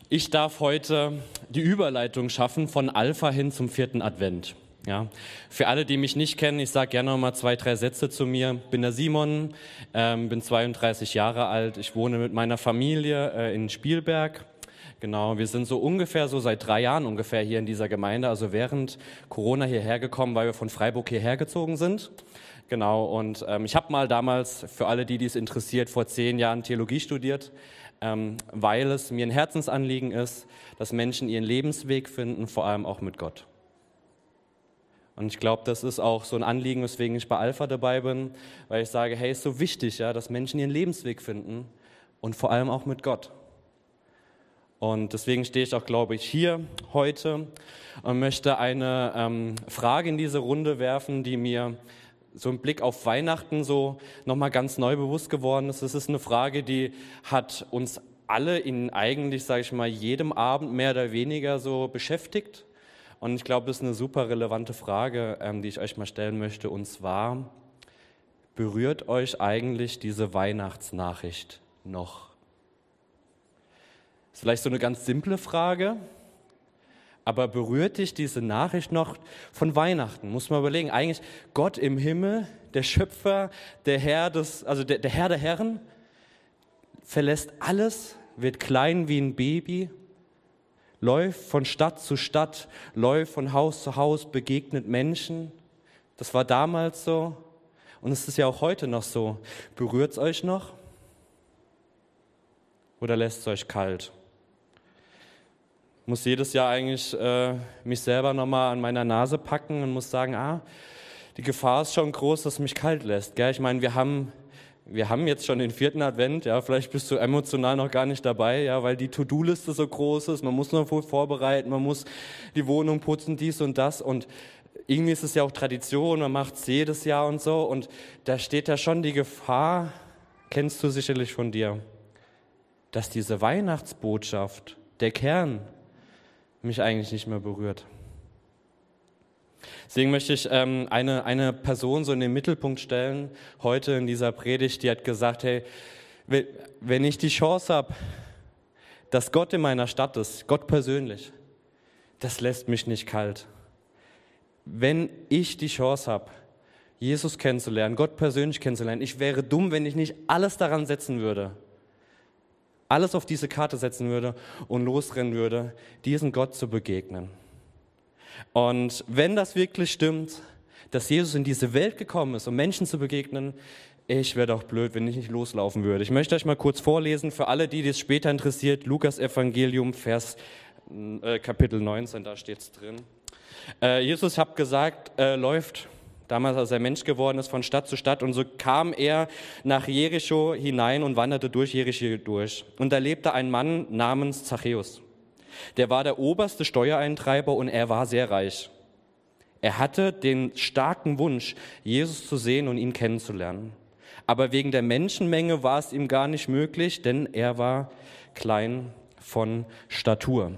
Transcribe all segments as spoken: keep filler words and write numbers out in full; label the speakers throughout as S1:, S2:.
S1: Ich darf heute die Überleitung schaffen von Alpha hin zum vierten Advent. Ja. Für alle, die mich nicht kennen, ich sage gerne noch mal zwei, drei Sätze zu mir. Ich bin der Simon, ähm, bin zweiunddreißig Jahre alt. Ich wohne mit meiner Familie äh, in Spielberg. Genau, wir sind so ungefähr, so seit drei Jahren ungefähr hier in dieser Gemeinde, also während Corona hierher gekommen, weil wir von Freiburg hierher gezogen sind. Genau, und ähm, ich habe mal damals, für alle, die dies interessiert, vor zehn Jahren Theologie studiert, ähm, weil es mir ein Herzensanliegen ist, dass Menschen ihren Lebensweg finden, vor allem auch mit Gott. Und ich glaube, das ist auch so ein Anliegen, weswegen ich bei Alpha dabei bin, weil ich sage, hey, ist so wichtig, ja, dass Menschen ihren Lebensweg finden und vor allem auch mit Gott. Und deswegen stehe ich auch, glaube ich, hier heute und möchte eine ähm, Frage in diese Runde werfen, die mir so im Blick auf Weihnachten so nochmal ganz neu bewusst geworden ist. Es ist eine Frage, die hat uns alle in eigentlich, sage ich mal, jedem Abend mehr oder weniger so beschäftigt. Und ich glaube, das ist eine super relevante Frage, ähm, die ich euch mal stellen möchte. Und zwar, berührt euch eigentlich diese Weihnachtsnachricht noch? Das ist vielleicht so eine ganz simple Frage, aber berührt dich diese Nachricht noch von Weihnachten? Muss man überlegen, eigentlich Gott im Himmel, der Schöpfer, der Herr des, also der, der Herr der Herren, verlässt alles, wird klein wie ein Baby, läuft von Stadt zu Stadt, läuft von Haus zu Haus, begegnet Menschen. Das war damals so und es ist ja auch heute noch so. Berührt es euch noch oder lässt es euch kalt? Ich muss jedes Jahr eigentlich äh, mich selber nochmal an meiner Nase packen und muss sagen, ah, die Gefahr ist schon groß, dass es mich kalt lässt. Gell? Ich meine, wir haben, wir haben jetzt schon den vierten Advent, ja, vielleicht bist du emotional noch gar nicht dabei, ja, weil die To-Do-Liste so groß ist, man muss noch vorbereiten, man muss die Wohnung putzen, dies und das und irgendwie ist es ja auch Tradition, man macht es jedes Jahr und so und da steht ja schon die Gefahr, kennst du sicherlich von dir, dass diese Weihnachtsbotschaft, der Kern, mich eigentlich nicht mehr berührt. Deswegen möchte ich ähm, eine, eine Person so in den Mittelpunkt stellen, heute in dieser Predigt, die hat gesagt, hey, wenn ich die Chance habe, dass Gott in meiner Stadt ist, Gott persönlich, das lässt mich nicht kalt. Wenn ich die Chance habe, Jesus kennenzulernen, Gott persönlich kennenzulernen, ich wäre dumm, wenn ich nicht alles daran setzen würde, alles auf diese Karte setzen würde und losrennen würde, diesem Gott zu begegnen. Und wenn das wirklich stimmt, dass Jesus in diese Welt gekommen ist, um Menschen zu begegnen, ich wäre doch blöd, wenn ich nicht loslaufen würde. Ich möchte euch mal kurz vorlesen, für alle, die das später interessiert, Lukas Evangelium, Vers, äh, Kapitel neunzehn, da steht es drin. Äh, Jesus, ich habe gesagt, äh, läuft damals, als er Mensch geworden ist, von Stadt zu Stadt. Und so kam er nach Jericho hinein und wanderte durch Jericho durch. Und da lebte ein Mann namens Zachäus. Der war der oberste Steuereintreiber und er war sehr reich. Er hatte den starken Wunsch, Jesus zu sehen und ihn kennenzulernen. Aber wegen der Menschenmenge war es ihm gar nicht möglich, denn er war klein von Statur.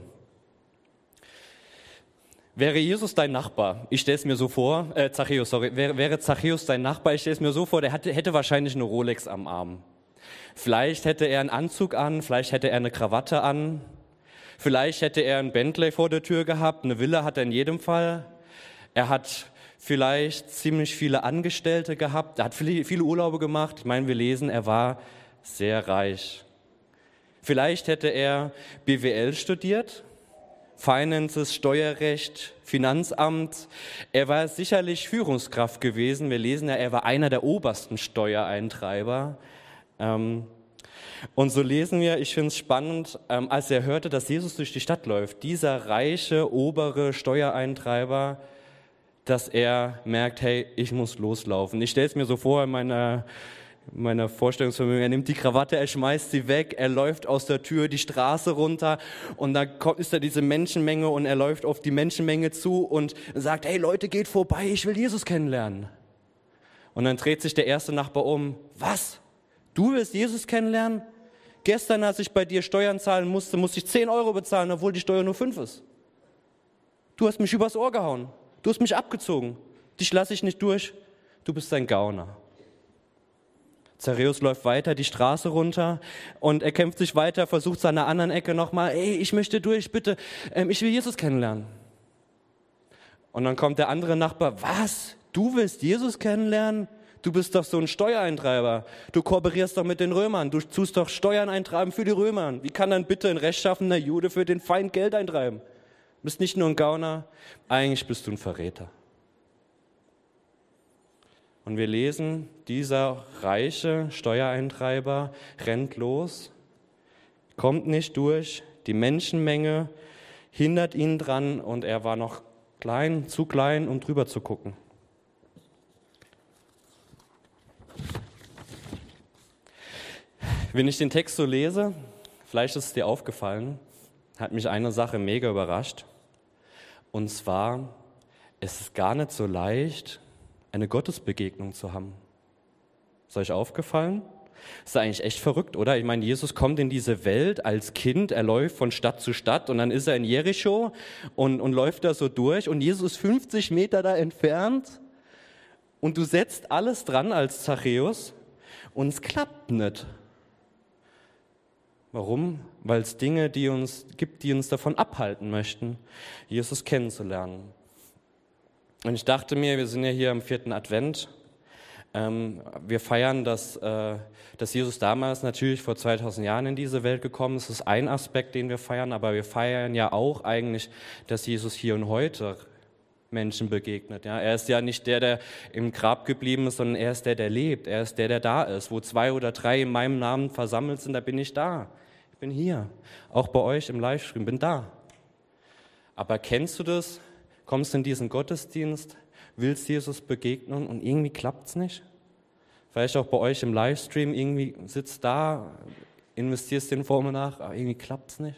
S1: Wäre Jesus dein Nachbar, ich stelle es mir so vor, äh, Zachäus, sorry, wäre, wäre Zachäus dein Nachbar, ich stelle es mir so vor, der hatte, hätte wahrscheinlich eine Rolex am Arm. Vielleicht hätte er einen Anzug an, vielleicht hätte er eine Krawatte an, vielleicht hätte er ein Bentley vor der Tür gehabt, eine Villa hat er in jedem Fall. Er hat vielleicht ziemlich viele Angestellte gehabt, er hat viele, viele Urlaube gemacht. Ich meine, wir lesen, er war sehr reich. Vielleicht hätte er B W L studiert. Finances, Steuerrecht, Finanzamt. Er war sicherlich Führungskraft gewesen. Wir lesen ja, er war einer der obersten Steuereintreiber. Und so lesen wir, ich finde es spannend, als er hörte, dass Jesus durch die Stadt läuft, dieser reiche, obere Steuereintreiber, dass er merkt, hey, ich muss loslaufen. Ich stelle es mir so vor in meiner meiner Vorstellungsvermögen, er nimmt die Krawatte, er schmeißt sie weg, er läuft aus der Tür die Straße runter und dann kommt, ist da diese Menschenmenge und er läuft auf die Menschenmenge zu und sagt, hey Leute, geht vorbei, ich will Jesus kennenlernen. Und dann dreht sich der erste Nachbar um, was? Du willst Jesus kennenlernen? Gestern, als ich bei dir Steuern zahlen musste, musste ich zehn Euro bezahlen, obwohl die Steuer nur fünf ist. Du hast mich übers Ohr gehauen, du hast mich abgezogen, dich lasse ich nicht durch, du bist ein Gauner. Zachäus läuft weiter die Straße runter und er kämpft sich weiter, versucht es an der anderen Ecke nochmal, ey, ich möchte durch, bitte, ähm, ich will Jesus kennenlernen. Und dann kommt der andere Nachbar, was? Du willst Jesus kennenlernen? Du bist doch so ein Steuereintreiber. Du kooperierst doch mit den Römern. Du tust doch Steuern eintreiben für die Römer. Wie kann dann bitte ein rechtschaffener Jude für den Feind Geld eintreiben? Du bist nicht nur ein Gauner, eigentlich bist du ein Verräter. Und wir lesen, dieser reiche Steuereintreiber rennt los, kommt nicht durch, die Menschenmenge hindert ihn dran und er war noch klein, zu klein, um drüber zu gucken. Wenn ich den Text so lese, vielleicht ist es dir aufgefallen, hat mich eine Sache mega überrascht. Und zwar, es ist gar nicht so leicht, eine Gottesbegegnung zu haben. Ist euch aufgefallen? Ist eigentlich echt verrückt, oder? Ich meine, Jesus kommt in diese Welt als Kind, er läuft von Stadt zu Stadt und dann ist er in Jericho und, und läuft da so durch und Jesus ist fünfzig Meter da entfernt und du setzt alles dran als Zachäus und es klappt nicht. Warum? Weil es Dinge die uns gibt, die uns davon abhalten möchten, Jesus kennenzulernen. Und ich dachte mir, wir sind ja hier am vierten Advent. Ähm, wir feiern, dass, äh, dass Jesus damals natürlich vor zweitausend Jahren in diese Welt gekommen ist. Das ist ein Aspekt, den wir feiern, aber wir feiern ja auch eigentlich, dass Jesus hier und heute Menschen begegnet. Ja? Er ist ja nicht der, der im Grab geblieben ist, sondern er ist der, der lebt. Er ist der, der da ist. Wo zwei oder drei in meinem Namen versammelt sind, da bin ich da. Ich bin hier. Auch bei euch im Livestream, bin da. Aber kennst du das? Kommst in diesen Gottesdienst, willst Jesus begegnen und irgendwie klappt es nicht? Vielleicht auch bei euch im Livestream, irgendwie sitzt da, investierst den Vormittag, aber irgendwie klappt es nicht.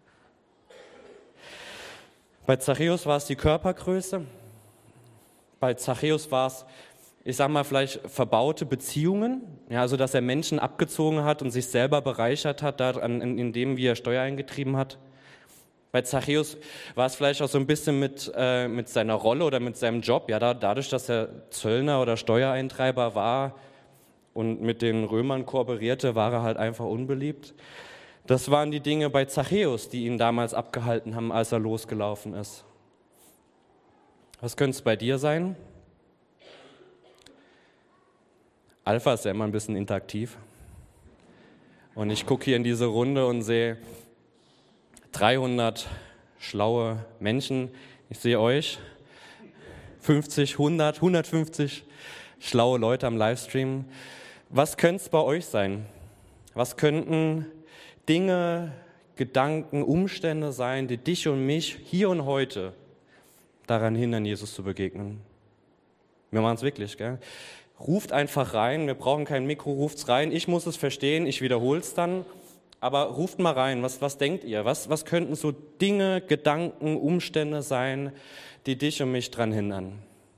S1: Bei Zachäus war es die Körpergröße. Bei Zachäus war es, ich sag mal, vielleicht verbaute Beziehungen. Ja, also, dass er Menschen abgezogen hat und sich selber bereichert hat, daran, indem wie er Steuer eingetrieben hat. Bei Zachäus war es vielleicht auch so ein bisschen mit, äh, mit seiner Rolle oder mit seinem Job. Ja, da, dadurch, dass er Zöllner oder Steuereintreiber war und mit den Römern kooperierte, war er halt einfach unbeliebt. Das waren die Dinge bei Zachäus, die ihn damals abgehalten haben, als er losgelaufen ist. Was könnte es bei dir sein? Alpha ist ja immer ein bisschen interaktiv. Und ich gucke hier in diese Runde und sehe dreihundert schlaue Menschen. Ich sehe euch, fünfzig, hundert, hundertfünfzig schlaue Leute am Livestream. Was könnte es bei euch sein? Was könnten Dinge, Gedanken, Umstände sein, die dich und mich hier und heute daran hindern, Jesus zu begegnen? Wir machen es wirklich, gell? Ruft einfach rein, wir brauchen kein Mikro, ruft's rein. Ich muss es verstehen, ich wiederhole es dann. Aber ruft mal rein, was, was denkt ihr? Was, was könnten so Dinge, Gedanken, Umstände sein, die dich und mich daran hindern?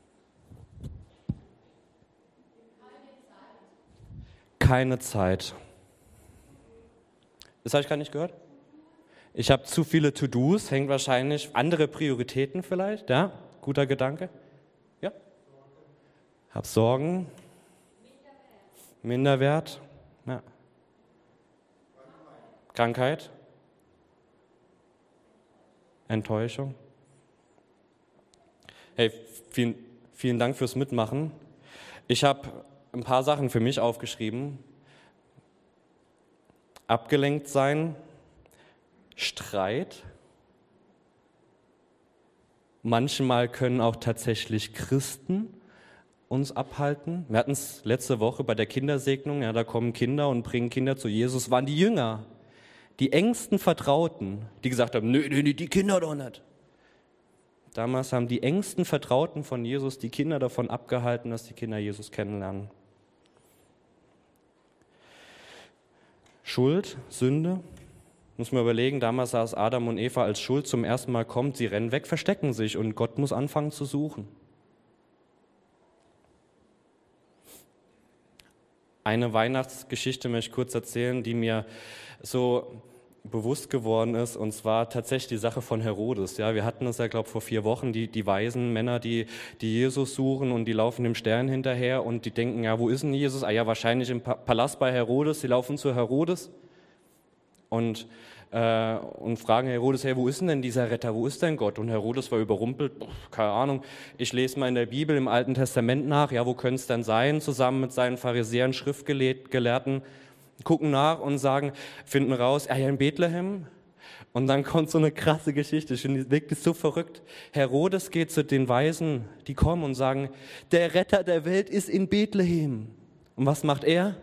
S1: Keine Zeit. Das habe ich gar nicht gehört. Ich habe zu viele To-Dos, hängt wahrscheinlich andere Prioritäten vielleicht. Ja, guter Gedanke. Ja. Hab Sorgen. Minderwert. Ja. Krankheit. Enttäuschung. Hey, vielen, vielen Dank fürs Mitmachen. Ich habe ein paar Sachen für mich aufgeschrieben. Abgelenkt sein, Streit. Manchmal können auch tatsächlich Christen uns abhalten. Wir hatten es letzte Woche bei der Kindersegnung, ja, da kommen Kinder und bringen Kinder zu Jesus, waren die Jünger, die engsten Vertrauten, die gesagt haben, nö, nö, die Kinder doch nicht. Damals haben die engsten Vertrauten von Jesus die Kinder davon abgehalten, dass die Kinder Jesus kennenlernen. Schuld, Sünde, muss man überlegen, damals als Adam und Eva als Schuld zum ersten Mal kommt, sie rennen weg, verstecken sich und Gott muss anfangen zu suchen. Eine Weihnachtsgeschichte möchte ich kurz erzählen, die mir so bewusst geworden ist, und zwar tatsächlich die Sache von Herodes. Ja, wir hatten es ja, glaube ich, vor vier Wochen, die, die weisen Männer, die, die Jesus suchen und die laufen dem Stern hinterher und die denken, ja, wo ist denn Jesus? Ah ja, wahrscheinlich im Palast bei Herodes. Sie laufen zu Herodes und, äh, und fragen Herodes, hey, wo ist denn dieser Retter, wo ist denn Gott? Und Herodes war überrumpelt, keine Ahnung, ich lese mal in der Bibel im Alten Testament nach, ja, wo könnte es denn sein, zusammen mit seinen Pharisäern, Schriftgelehrten, gucken nach und sagen, finden raus, ah ja, in Bethlehem. Und dann kommt so eine krasse Geschichte, ich finde die wirklich so verrückt. Herodes geht zu den Weisen, die kommen und sagen, der Retter der Welt ist in Bethlehem. Und was macht er?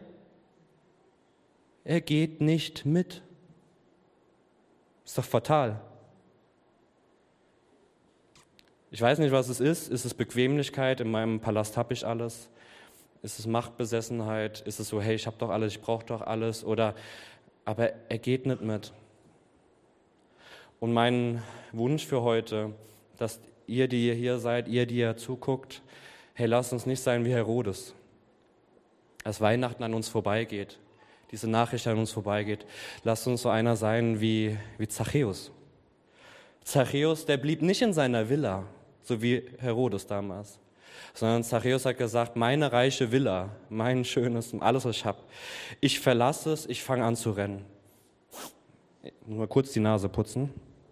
S1: Er geht nicht mit. Ist doch fatal. Ich weiß nicht, was es ist. Ist es Bequemlichkeit? In meinem Palast habe ich alles. Ist es Machtbesessenheit? Ist es so, hey, ich habe doch alles, ich brauche doch alles? Oder, aber er geht nicht mit. Und mein Wunsch für heute, dass ihr, die ihr hier seid, ihr, die ihr zuguckt, hey, lasst uns nicht sein wie Herodes. Dass Weihnachten an uns vorbeigeht, diese Nachricht an uns vorbeigeht. Lasst uns so einer sein wie, wie Zachäus. Zachäus, der blieb nicht in seiner Villa, so wie Herodes damals, sondern Zachäus hat gesagt, meine reiche Villa, mein schönes, alles, was ich habe, ich verlasse es, ich fange an zu rennen. Ich muss mal kurz die Nase putzen.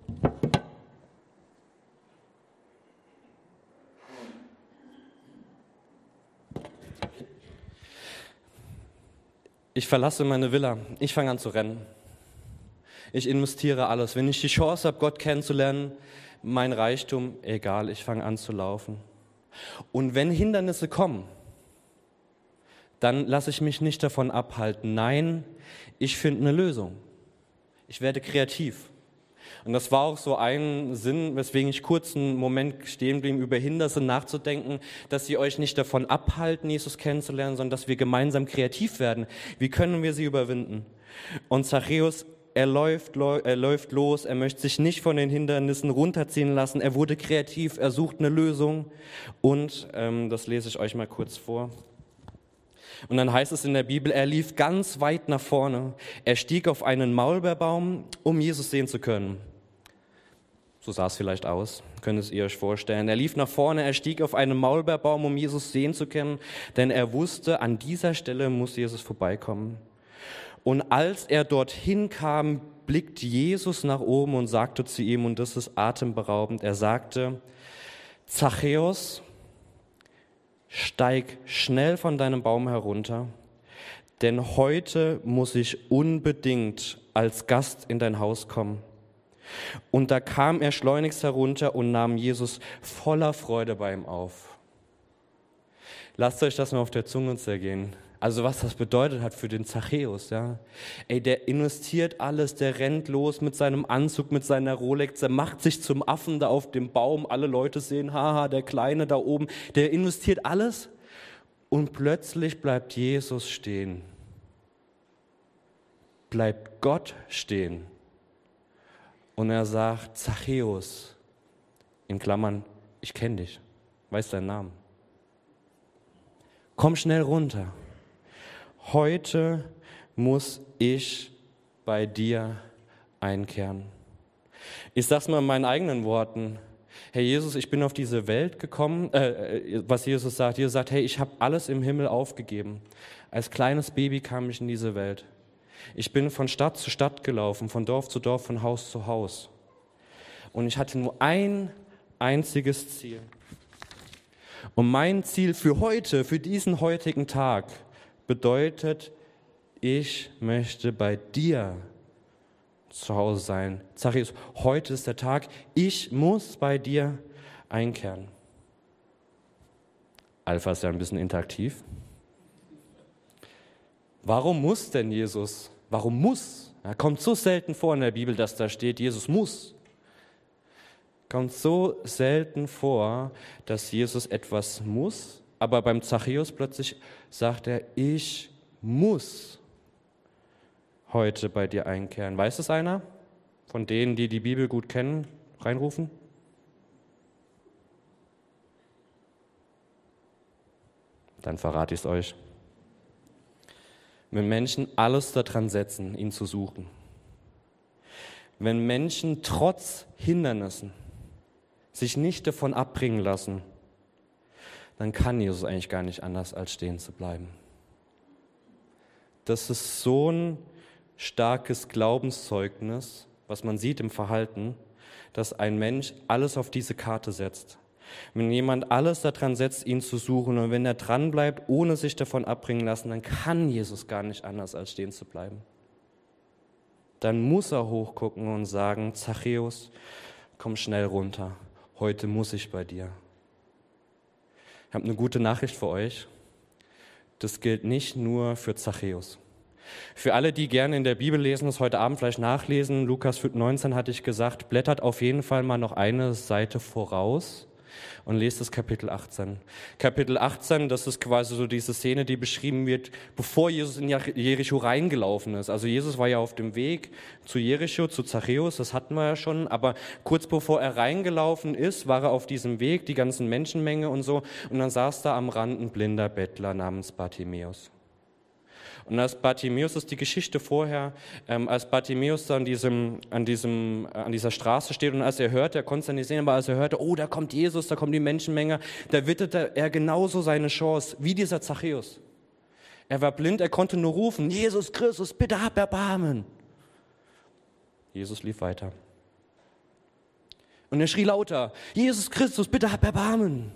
S1: Ich verlasse meine Villa, ich fange an zu rennen. Ich investiere alles. Wenn ich die Chance habe, Gott kennenzulernen, mein Reichtum, egal, ich fange an zu laufen. Und wenn Hindernisse kommen, dann lasse ich mich nicht davon abhalten. Nein, ich finde eine Lösung. Ich werde kreativ. Und das war auch so ein Sinn, weswegen ich kurz einen Moment stehen blieb, über Hindernisse nachzudenken, dass sie euch nicht davon abhalten, Jesus kennenzulernen, sondern dass wir gemeinsam kreativ werden. Wie können wir sie überwinden? Und Zachäus, er läuft, er läuft los, er möchte sich nicht von den Hindernissen runterziehen lassen, er wurde kreativ, er sucht eine Lösung und ähm, das lese ich euch mal kurz vor. Und dann heißt es in der Bibel, er lief ganz weit nach vorne, er stieg auf einen Maulbeerbaum, um Jesus sehen zu können. So sah es vielleicht aus, könnt es ihr euch vorstellen. Er lief nach vorne, er stieg auf einen Maulbeerbaum, um Jesus sehen zu können, denn er wusste, an dieser Stelle muss Jesus vorbeikommen. Und als er dorthin kam, blickte Jesus nach oben und sagte zu ihm, und das ist atemberaubend, er sagte, Zachäus, steig schnell von deinem Baum herunter, denn heute muss ich unbedingt als Gast in dein Haus kommen. Und da kam er schleunigst herunter und nahm Jesus voller Freude bei ihm auf. Lasst euch das mal auf der Zunge zergehen. Also was das bedeutet hat für den Zachäus, ja. Ey, der investiert alles, der rennt los mit seinem Anzug, mit seiner Rolex, der macht sich zum Affen da auf dem Baum, alle Leute sehen, haha, der Kleine da oben, der investiert alles und plötzlich bleibt Jesus stehen. Bleibt Gott stehen. Und er sagt, Zachäus, in Klammern, ich kenne dich, weiß deinen Namen. Komm schnell runter. Heute muss ich bei dir einkehren. Ich sage es mal in meinen eigenen Worten. Herr Jesus, ich bin auf diese Welt gekommen, äh, was Jesus sagt. Jesus sagt, hey, ich habe alles im Himmel aufgegeben. Als kleines Baby kam ich in diese Welt. Ich bin von Stadt zu Stadt gelaufen, von Dorf zu Dorf, von Haus zu Haus. Und ich hatte nur ein einziges Ziel. Und mein Ziel für heute, für diesen heutigen Tag, bedeutet, ich möchte bei dir zu Hause sein. Zachäus, heute ist der Tag, ich muss bei dir einkehren. Alpha ist ja ein bisschen interaktiv. Warum muss denn Jesus? Warum muss? Ja, kommt so selten vor in der Bibel, dass da steht, Jesus muss. Kommt so selten vor, dass Jesus etwas muss, aber beim Zachäus plötzlich sagt er, ich muss heute bei dir einkehren. Weiß es einer von denen, die die Bibel gut kennen? Reinrufen? Dann verrate ich es euch. Wenn Menschen alles daran setzen, ihn zu suchen, Wenn Menschen trotz Hindernissen sich nicht davon abbringen lassen, dann kann Jesus eigentlich gar nicht anders, als stehen zu bleiben. Das ist so ein starkes Glaubenszeugnis, was man sieht im Verhalten, dass ein Mensch alles auf diese Karte setzt. Wenn jemand alles daran setzt, ihn zu suchen, und wenn er dran bleibt, ohne sich davon abbringen lassen, dann kann Jesus gar nicht anders, als stehen zu bleiben. Dann muss er hochgucken und sagen, Zachäus, komm schnell runter, heute muss ich bei dir. Ich habe eine gute Nachricht für euch. Das gilt nicht nur für Zachäus. Für alle, die gerne in der Bibel lesen, das heute Abend vielleicht nachlesen, Lukas neunzehn hatte ich gesagt, blättert auf jeden Fall mal noch eine Seite voraus und lest das Kapitel achtzehn. Kapitel achtzehn, das ist quasi so diese Szene, die beschrieben wird, bevor Jesus in Jericho reingelaufen ist. Also Jesus war ja auf dem Weg zu Jericho, zu Zachäus, das hatten wir ja schon, aber kurz bevor er reingelaufen ist, war er auf diesem Weg, die ganzen Menschenmenge und so, und dann saß da am Rand ein blinder Bettler namens Bartimäus. Und als Bartimäus, das ist die Geschichte vorher, ähm, als Bartimäus da an, diesem, an, diesem, äh, an dieser Straße steht und als er hört, er konnte es ja nicht sehen, aber als er hörte, oh, da kommt Jesus, da kommt die Menschenmenge, da witterte er genauso seine Chance wie dieser Zachäus. Er war blind, er konnte nur rufen, Jesus Christus, bitte hab Erbarmen. Jesus lief weiter. Und er schrie lauter, Jesus Christus, bitte hab Erbarmen.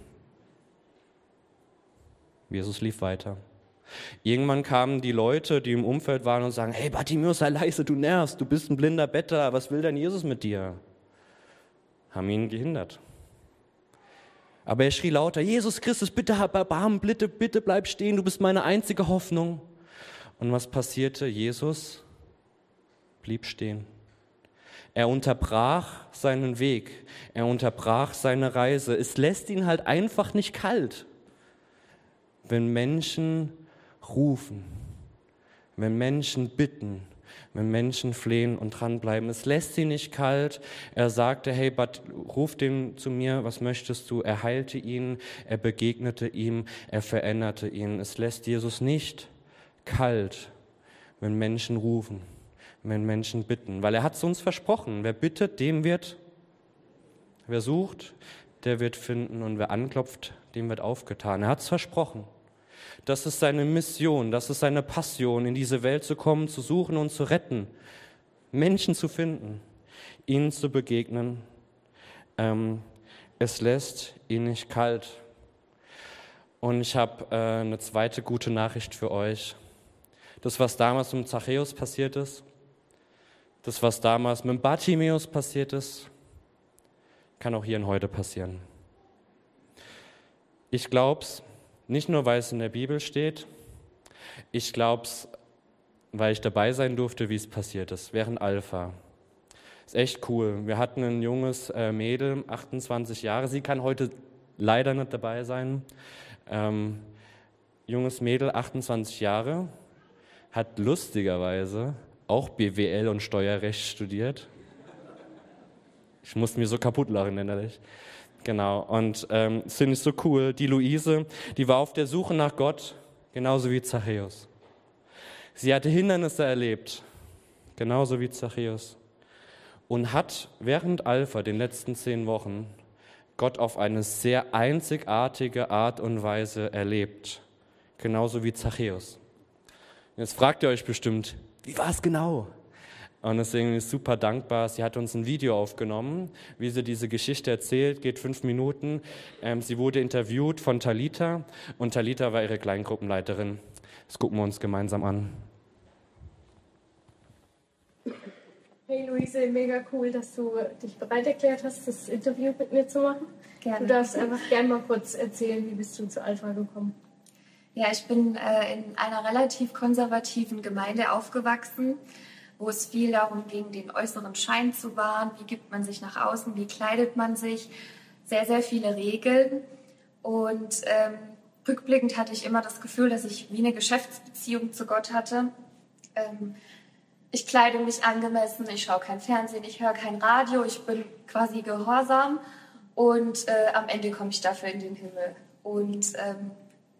S1: Jesus lief weiter. Irgendwann kamen die Leute, die im Umfeld waren und sagen, hey Bartimäus, sei leise, du nervst, du bist ein blinder Bettler, was will denn Jesus mit dir? Haben ihn gehindert. Aber er schrie lauter, Jesus Christus, bitte hab Erbarmen, bitte, bitte bleib stehen, du bist meine einzige Hoffnung. Und was passierte? Jesus blieb stehen. Er unterbrach seinen Weg, er unterbrach seine Reise. Es lässt ihn halt einfach nicht kalt, wenn Menschen rufen, wenn Menschen bitten, wenn Menschen flehen und dranbleiben. Es lässt sie nicht kalt. Er sagte, hey, Bart, ruf den zu mir, was möchtest du? Er heilte ihn, er begegnete ihm, er veränderte ihn. Es lässt Jesus nicht kalt, wenn Menschen rufen, wenn Menschen bitten, weil er hat es uns versprochen. Wer bittet, dem wird, wer sucht, der wird finden, und wer anklopft, dem wird aufgetan. Er hat es versprochen. Das ist seine Mission, das ist seine Passion, in diese Welt zu kommen, zu suchen und zu retten, Menschen zu finden, ihnen zu begegnen. Ähm, es lässt ihn nicht kalt. Und ich habe äh, eine zweite gute Nachricht für euch. Das, was damals mit Zachäus passiert ist, das, was damals mit Bartimäus passiert ist, kann auch hier und heute passieren. Ich glaube es, nicht nur, weil es in der Bibel steht, ich glaube es, weil ich dabei sein durfte, wie es passiert ist, während Alpha. Ist echt cool. Wir hatten ein junges äh, Mädel, achtundzwanzig Jahre, sie kann heute leider nicht dabei sein. Ähm, junges Mädel, achtundzwanzig Jahre, hat lustigerweise auch B W L und Steuerrecht studiert. Ich musste mir so kaputt lachen innerlich. Genau, und ähm, das finde ich so cool. Die Luise, die war auf der Suche nach Gott, genauso wie Zachäus. Sie hatte Hindernisse erlebt, genauso wie Zachäus. Und hat während Alpha, den letzten zehn Wochen, Gott auf eine sehr einzigartige Art und Weise erlebt, genauso wie Zachäus. Jetzt fragt ihr euch bestimmt, wie war es genau? Und deswegen bin ich super dankbar. Sie hat uns ein Video aufgenommen, wie sie diese Geschichte erzählt, geht fünf Minuten. Ähm, sie wurde interviewt von Talita und Talita war ihre Kleingruppenleiterin. Das gucken wir uns gemeinsam an.
S2: Hey Luise, mega cool, dass du dich bereit erklärt hast, das Interview mit mir zu machen. Gerne. Du darfst einfach gerne mal kurz erzählen, wie bist du zu Alpha gekommen?
S3: Ja, ich bin äh, in einer relativ konservativen Gemeinde aufgewachsen, wo es viel darum ging, den äußeren Schein zu wahren. Wie gibt man sich nach außen? Wie kleidet man sich? Sehr, sehr viele Regeln. Und ähm, rückblickend hatte ich immer das Gefühl, dass ich wie eine Geschäftsbeziehung zu Gott hatte. Ähm, ich kleide mich angemessen, ich schaue kein Fernsehen, ich höre kein Radio, ich bin quasi gehorsam und äh, am Ende komme ich dafür in den Himmel. Und ähm,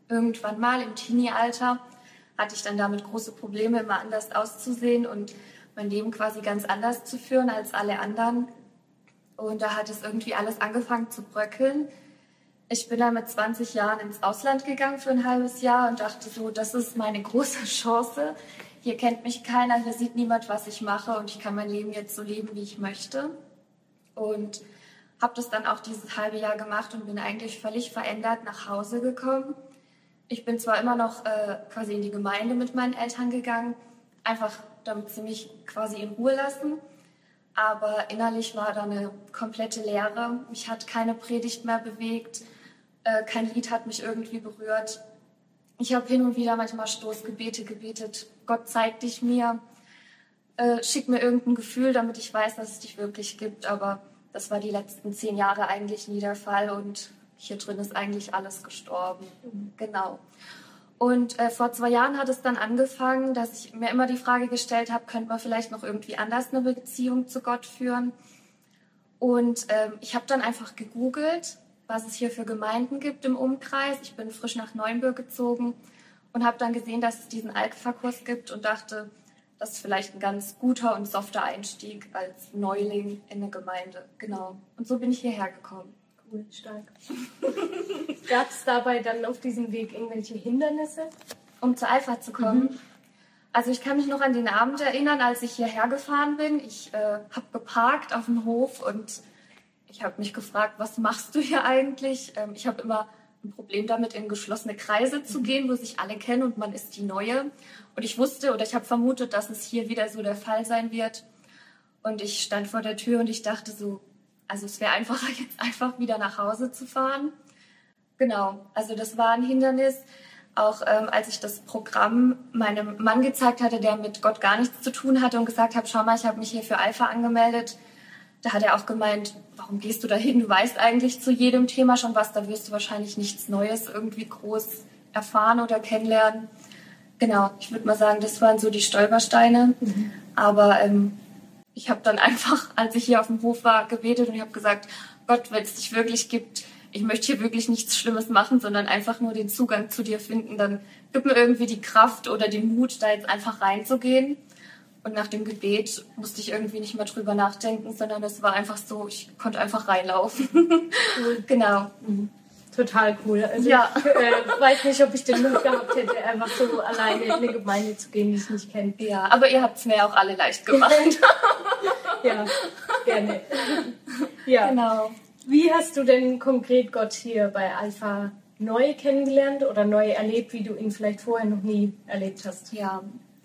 S3: irgendwann mal im Teenie-Alter hatte ich dann damit große Probleme, immer anders auszusehen und mein Leben quasi ganz anders zu führen als alle anderen. Und da hat es irgendwie alles angefangen zu bröckeln. Ich bin dann mit zwanzig Jahren ins Ausland gegangen für ein halbes Jahr und dachte so, das ist meine große Chance. Hier kennt mich keiner, hier sieht niemand, was ich mache und ich kann mein Leben jetzt so leben, wie ich möchte. Und habe das dann auch dieses halbe Jahr gemacht und bin eigentlich völlig verändert nach Hause gekommen. Ich bin zwar immer noch äh, quasi in die Gemeinde mit meinen Eltern gegangen, einfach damit sie mich quasi in Ruhe lassen, aber innerlich war da eine komplette Leere. Mich hat keine Predigt mehr bewegt, äh, kein Lied hat mich irgendwie berührt. Ich habe hin und wieder manchmal Stoßgebete gebetet, Gott zeig dich mir, äh, schick mir irgendein Gefühl, damit ich weiß, dass es dich wirklich gibt, aber das war die letzten zehn Jahre eigentlich nie der Fall und hier drin ist eigentlich alles gestorben. Mhm. Genau. Und äh, vor zwei Jahren hat es dann angefangen, dass ich mir immer die Frage gestellt habe, könnte man vielleicht noch irgendwie anders eine Beziehung zu Gott führen? Und ähm, ich habe dann einfach gegoogelt, was es hier für Gemeinden gibt im Umkreis. Ich bin frisch nach Neuenburg gezogen und habe dann gesehen, dass es diesen Alpha-Kurs gibt und dachte, das ist vielleicht ein ganz guter und softer Einstieg als Neuling in eine Gemeinde. Genau. Und so bin ich hierher gekommen.
S2: Cool, stark. Gab es dabei dann auf diesem Weg irgendwelche Hindernisse?
S3: Um zur Alpha zu kommen? Mhm. Also ich kann mich noch an den Abend erinnern, als ich hierher gefahren bin. Ich äh, habe geparkt auf dem Hof und ich habe mich gefragt, was machst du hier eigentlich? Ähm, ich habe immer ein Problem damit, in geschlossene Kreise zu gehen, wo sich alle kennen und man ist die Neue. Und ich wusste oder ich habe vermutet, dass es hier wieder so der Fall sein wird. Und ich stand vor der Tür und ich dachte so, also es wäre einfacher, jetzt einfach wieder nach Hause zu fahren. Genau, also das war ein Hindernis. Auch ähm, als ich das Programm meinem Mann gezeigt hatte, der mit Gott gar nichts zu tun hatte und gesagt habe, schau mal, ich habe mich hier für Alpha angemeldet, da hat er auch gemeint, warum gehst du da hin? Du weißt eigentlich zu jedem Thema schon was, da wirst du wahrscheinlich nichts Neues irgendwie groß erfahren oder kennenlernen. Genau, ich würde mal sagen, das waren so die Stolpersteine. Mhm. Aber ähm, ich habe dann einfach, als ich hier auf dem Hof war, gebetet und ich habe gesagt, Gott, wenn es dich wirklich gibt, ich möchte hier wirklich nichts Schlimmes machen, sondern einfach nur den Zugang zu dir finden, dann gib mir irgendwie die Kraft oder den Mut, da jetzt einfach reinzugehen. Und nach dem Gebet musste ich irgendwie nicht mehr drüber nachdenken, sondern es war einfach so, ich konnte einfach reinlaufen. Cool. Genau.
S2: Mhm. Total cool. Also
S3: ja.
S2: Ich äh, weiß nicht, ob ich den Mut gehabt hätte, einfach so alleine in eine Gemeinde zu gehen, die ich nicht kenne.
S3: Ja, aber ihr habt es mir auch alle leicht gemacht.
S2: Ja, gerne. Ja.
S3: Genau.
S2: Wie hast du denn konkret Gott hier bei Alpha neu kennengelernt oder neu erlebt, wie du ihn vielleicht vorher noch nie erlebt hast?
S3: Ja,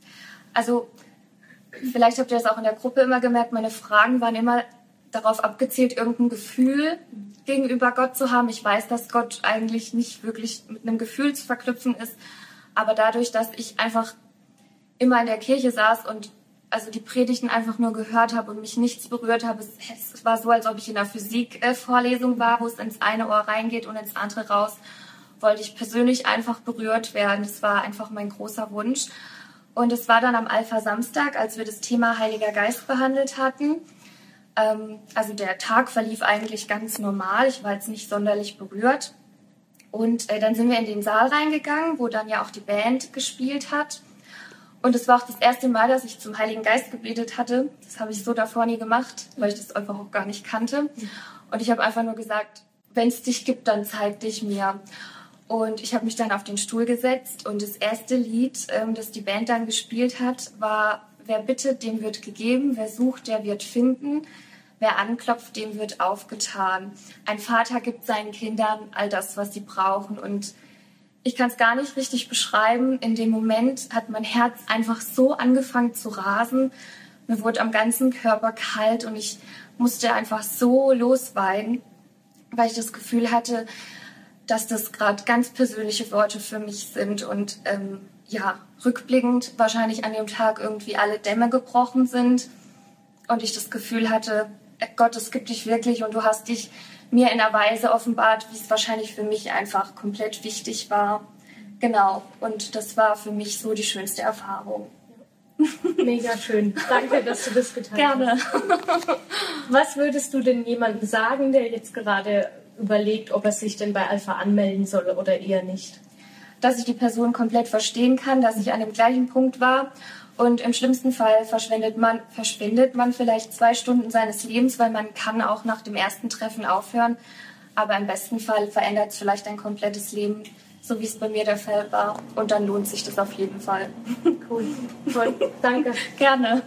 S3: also vielleicht habt ihr das auch in der Gruppe immer gemerkt, meine Fragen waren immer darauf abgezielt, irgendein Gefühl gegenüber Gott zu haben. Ich weiß, dass Gott eigentlich nicht wirklich mit einem Gefühl zu verknüpfen ist, aber dadurch, dass ich einfach immer in der Kirche saß und also die Predigten einfach nur gehört habe und mich nichts berührt habe, es, es war so, als ob ich in einer Physik-Vorlesung war, wo es ins eine Ohr reingeht und ins andere raus, wollte ich persönlich einfach berührt werden. Das war einfach mein großer Wunsch. Und es war dann am Alpha-Samstag, als wir das Thema Heiliger Geist behandelt hatten. Ähm, also der Tag verlief eigentlich ganz normal. Ich war jetzt nicht sonderlich berührt. Und äh, dann sind wir in den Saal reingegangen, wo dann ja auch die Band gespielt hat. Und es war auch das erste Mal, dass ich zum Heiligen Geist gebetet hatte. Das habe ich so davor nie gemacht, weil ich das einfach auch gar nicht kannte. Und ich habe einfach nur gesagt, wenn es dich gibt, dann zeig dich mir. Und ich habe mich dann auf den Stuhl gesetzt und das erste Lied, ähm, das die Band dann gespielt hat, war Wer bittet, dem wird gegeben, wer sucht, der wird finden, wer anklopft, dem wird aufgetan. Ein Vater gibt seinen Kindern all das, was sie brauchen. Und ich kann es gar nicht richtig beschreiben. In dem Moment hat mein Herz einfach so angefangen zu rasen. Mir wurde am ganzen Körper kalt und ich musste einfach so losweinen, weil ich das Gefühl hatte, dass das gerade ganz persönliche Worte für mich sind und ähm, ja, rückblickend wahrscheinlich an dem Tag irgendwie alle Dämme gebrochen sind und ich das Gefühl hatte, Gott, es gibt dich wirklich und du hast dich mir in einer Weise offenbart, wie es wahrscheinlich für mich einfach komplett wichtig war. Genau, und das war für mich so die schönste Erfahrung.
S2: Mega schön. Danke, dass du das geteilt
S3: Gerne.
S2: hast. Was würdest du denn jemandem sagen, der jetzt gerade überlegt, ob er sich denn bei Alpha anmelden soll oder eher nicht?
S3: Dass ich die Person komplett verstehen kann, dass ich an dem gleichen Punkt war Und im schlimmsten Fall verschwendet man, verschwendet man vielleicht zwei Stunden seines Lebens, weil man kann auch nach dem ersten Treffen aufhören. Aber im besten Fall verändert es vielleicht ein komplettes Leben, so wie es bei mir der Fall war. Und dann lohnt sich das auf jeden Fall.
S2: Cool. Toll. Danke.
S3: Gerne.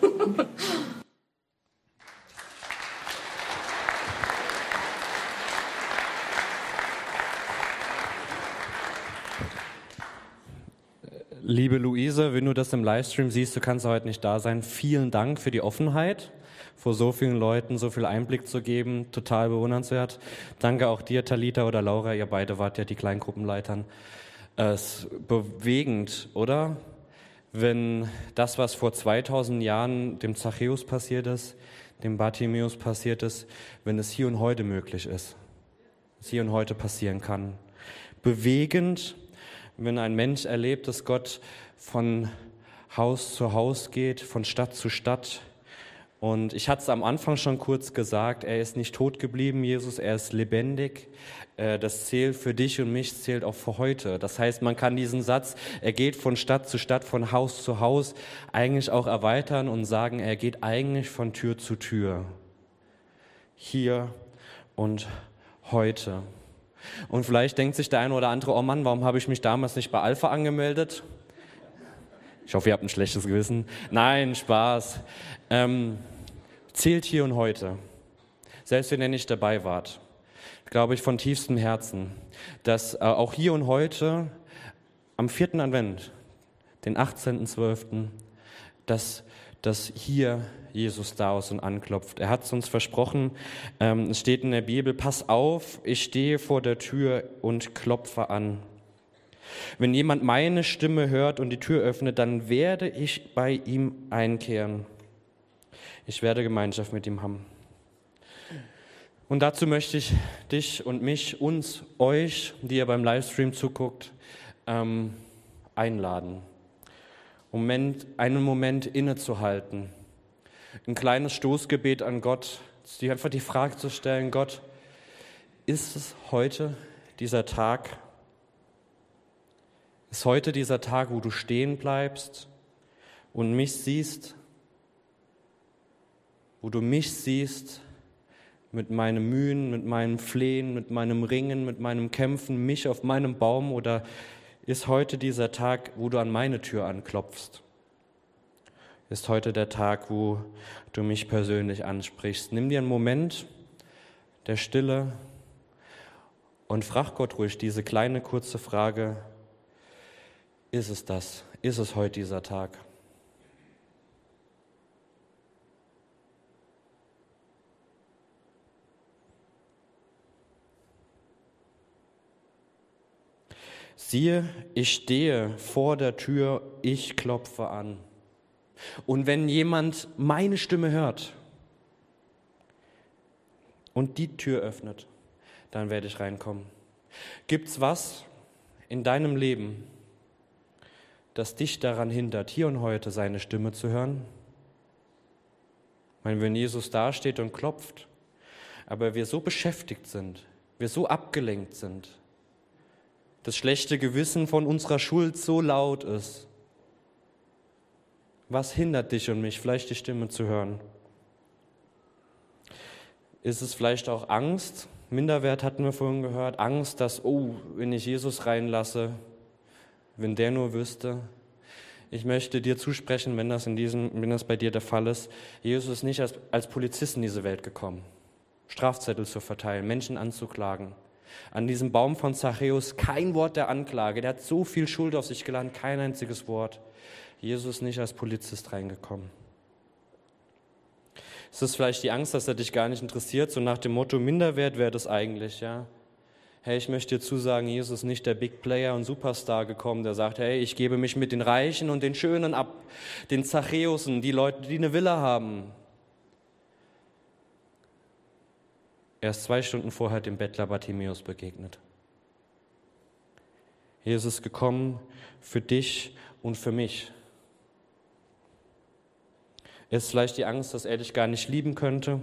S1: Liebe Luise, wenn du das im Livestream siehst, du kannst heute nicht da sein. Vielen Dank für die Offenheit, vor so vielen Leuten so viel Einblick zu geben. Total bewundernswert. Danke auch dir, Talita oder Laura, ihr beide wart ja die Kleingruppenleitern. Es ist bewegend, oder? Wenn das, was vor zweitausend Jahren dem Zachäus passiert ist, dem Bartimäus passiert ist, wenn es hier und heute möglich ist, es hier und heute passieren kann. Bewegend, wenn ein Mensch erlebt, dass Gott von Haus zu Haus geht, von Stadt zu Stadt. Und ich hatte es am Anfang schon kurz gesagt, er ist nicht tot geblieben, Jesus, er ist lebendig. Das zählt für dich und mich, zählt auch für heute. Das heißt, man kann diesen Satz, er geht von Stadt zu Stadt, von Haus zu Haus, eigentlich auch erweitern und sagen, er geht eigentlich von Tür zu Tür. Hier und heute. Und vielleicht denkt sich der eine oder andere, oh Mann, warum habe ich mich damals nicht bei Alpha angemeldet? Ich hoffe, ihr habt ein schlechtes Gewissen. Nein, Spaß. Ähm, zählt hier und heute. Selbst wenn ihr nicht dabei wart, glaube ich von tiefstem Herzen, dass äh, auch hier und heute am vierten Advent, den achtzehnten zwölften, dass, dass hier Jesus da ist und anklopft. Er hat es uns versprochen, ähm, es steht in der Bibel, pass auf, ich stehe vor der Tür und klopfe an. Wenn jemand meine Stimme hört und die Tür öffnet, dann werde ich bei ihm einkehren. Ich werde Gemeinschaft mit ihm haben. Und dazu möchte ich dich und mich, uns, euch, die ihr beim Livestream zuguckt, ähm, einladen. Moment, einen Moment innezuhalten. Ein kleines Stoßgebet an Gott, sich einfach die Frage zu stellen, Gott, ist es heute dieser Tag? Ist heute dieser Tag, wo du stehen bleibst und mich siehst? Wo du mich siehst mit meinen Mühen, mit meinem Flehen, mit meinem Ringen, mit meinem Kämpfen, mich auf meinem Baum? Oder ist heute dieser Tag, wo du an meine Tür anklopfst? Ist heute der Tag, wo du mich persönlich ansprichst. Nimm dir einen Moment der Stille und frag Gott ruhig diese kleine, kurze Frage, ist es das? Ist es heute dieser Tag? Siehe, ich stehe vor der Tür, ich klopfe an. Und wenn jemand meine Stimme hört und die Tür öffnet, dann werde ich reinkommen. Gibt's was in deinem Leben, das dich daran hindert, hier und heute seine Stimme zu hören? Ich meine, wenn Jesus dasteht und klopft, aber wir so beschäftigt sind, wir so abgelenkt sind, das schlechte Gewissen von unserer Schuld so laut ist, was hindert dich und mich, vielleicht die Stimme zu hören? Ist es vielleicht auch Angst? Minderwert hatten wir vorhin gehört. Angst, dass, oh, wenn ich Jesus reinlasse, wenn der nur wüsste. Ich möchte dir zusprechen, wenn das, in diesem, wenn das bei dir der Fall ist, Jesus ist nicht als, als Polizist in diese Welt gekommen, Strafzettel zu verteilen, Menschen anzuklagen. An diesem Baum von Zachäus kein Wort der Anklage. Der hat so viel Schuld auf sich geladen, kein einziges Wort. Jesus ist nicht als Polizist reingekommen. Es ist vielleicht die Angst, dass er dich gar nicht interessiert, so nach dem Motto, Minderwert wäre das eigentlich, ja. Hey, ich möchte dir zusagen, Jesus ist nicht der Big Player und Superstar gekommen, der sagt, hey, ich gebe mich mit den Reichen und den Schönen ab, den Zachäusen, die Leute, die eine Villa haben. Er ist zwei Stunden vorher dem Bettler Bartimäus begegnet. Jesus ist gekommen für dich und für mich. Ist vielleicht die Angst, dass er dich gar nicht lieben könnte?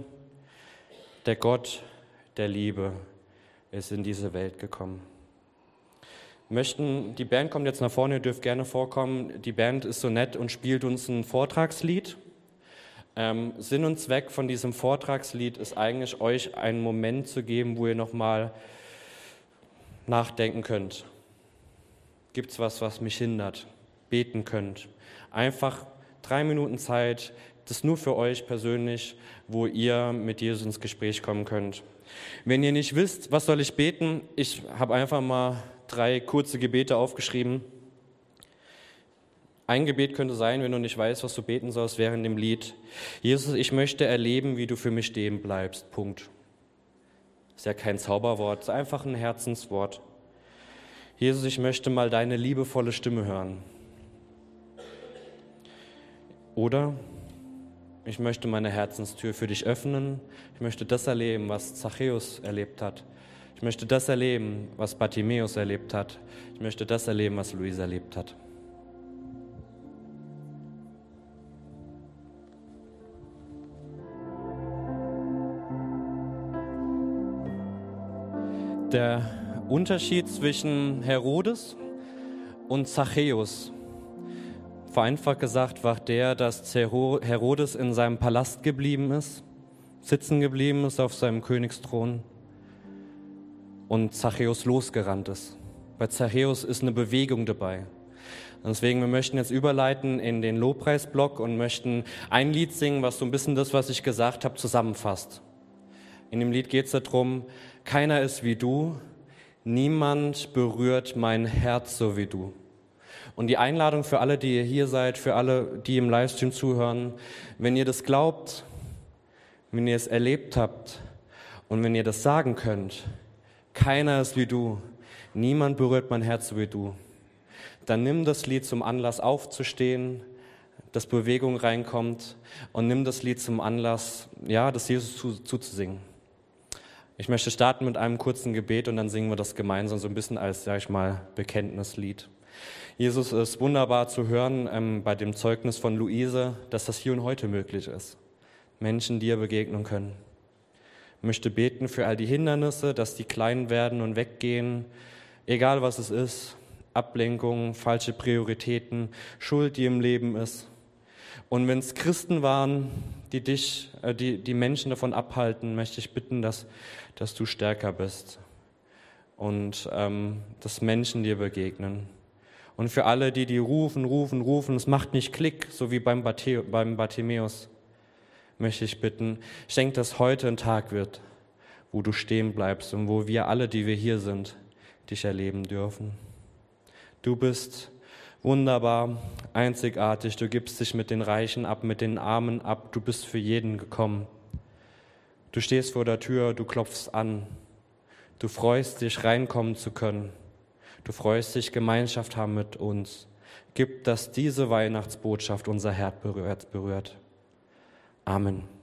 S1: Der Gott der Liebe ist in diese Welt gekommen. möchten, die Band kommt jetzt nach vorne, ihr dürft gerne vorkommen. Die Band ist so nett und spielt uns ein Vortragslied. Ähm, Sinn und Zweck von diesem Vortragslied ist eigentlich, euch einen Moment zu geben, wo ihr nochmal nachdenken könnt. Gibt es was, was mich hindert? Beten könnt. Einfach drei Minuten Zeit, das nur für euch persönlich, wo ihr mit Jesus ins Gespräch kommen könnt. Wenn ihr nicht wisst, was soll ich beten, ich habe einfach mal drei kurze Gebete aufgeschrieben. Ein Gebet könnte sein, wenn du nicht weißt, was du beten sollst während dem Lied. Jesus, ich möchte erleben, wie du für mich stehen bleibst. Punkt. Ist ja kein Zauberwort, ist einfach ein Herzenswort. Jesus, ich möchte mal deine liebevolle Stimme hören. Oder ich möchte meine Herzenstür für dich öffnen. Ich möchte das erleben, was Zachäus erlebt hat. Ich möchte das erleben, was Bartimäus erlebt hat. Ich möchte das erleben, was Luisa erlebt hat. Der Unterschied zwischen Herodes und Zachäus, vereinfacht gesagt, war der, dass Herodes in seinem Palast geblieben ist, sitzen geblieben ist auf seinem Königsthron und Zachäus losgerannt ist. Bei Zachäus ist eine Bewegung dabei. Und deswegen, wir möchten jetzt überleiten in den Lobpreisblock und möchten ein Lied singen, was so ein bisschen das, was ich gesagt habe, zusammenfasst. In dem Lied geht es darum, keiner ist wie du, niemand berührt mein Herz so wie du. Und die Einladung für alle, die ihr hier seid, für alle, die im Livestream zuhören, wenn ihr das glaubt, wenn ihr es erlebt habt und wenn ihr das sagen könnt, keiner ist wie du, niemand berührt mein Herz so wie du, dann nimm das Lied zum Anlass aufzustehen, dass Bewegung reinkommt und nimm das Lied zum Anlass, ja, das Jesus zu, zuzusingen. Ich möchte starten mit einem kurzen Gebet und dann singen wir das gemeinsam so ein bisschen als, sag ich mal, Bekenntnislied. Jesus, es ist wunderbar zu hören ähm, bei dem Zeugnis von Luise, dass das hier und heute möglich ist. Menschen dir begegnen können. Ich möchte beten für all die Hindernisse, dass die klein werden und weggehen, egal was es ist, Ablenkung, falsche Prioritäten, Schuld, die im Leben ist. Und wenn es Christen waren, die dich, äh, die, die Menschen davon abhalten, möchte ich bitten, dass, dass du stärker bist und ähm, dass Menschen dir begegnen. Und für alle, die die rufen, rufen, rufen, es macht nicht Klick, so wie beim, Barthä- beim Bartimäus, möchte ich bitten, schenk, dass heute ein Tag wird, wo du stehen bleibst und wo wir alle, die wir hier sind, dich erleben dürfen. Du bist wunderbar, einzigartig, du gibst dich mit den Reichen ab, mit den Armen ab, du bist für jeden gekommen. Du stehst vor der Tür, du klopfst an, du freust dich, reinkommen zu können. Du freust dich, Gemeinschaft haben mit uns. Gib, dass diese Weihnachtsbotschaft unser Herz berührt. berührt. Amen.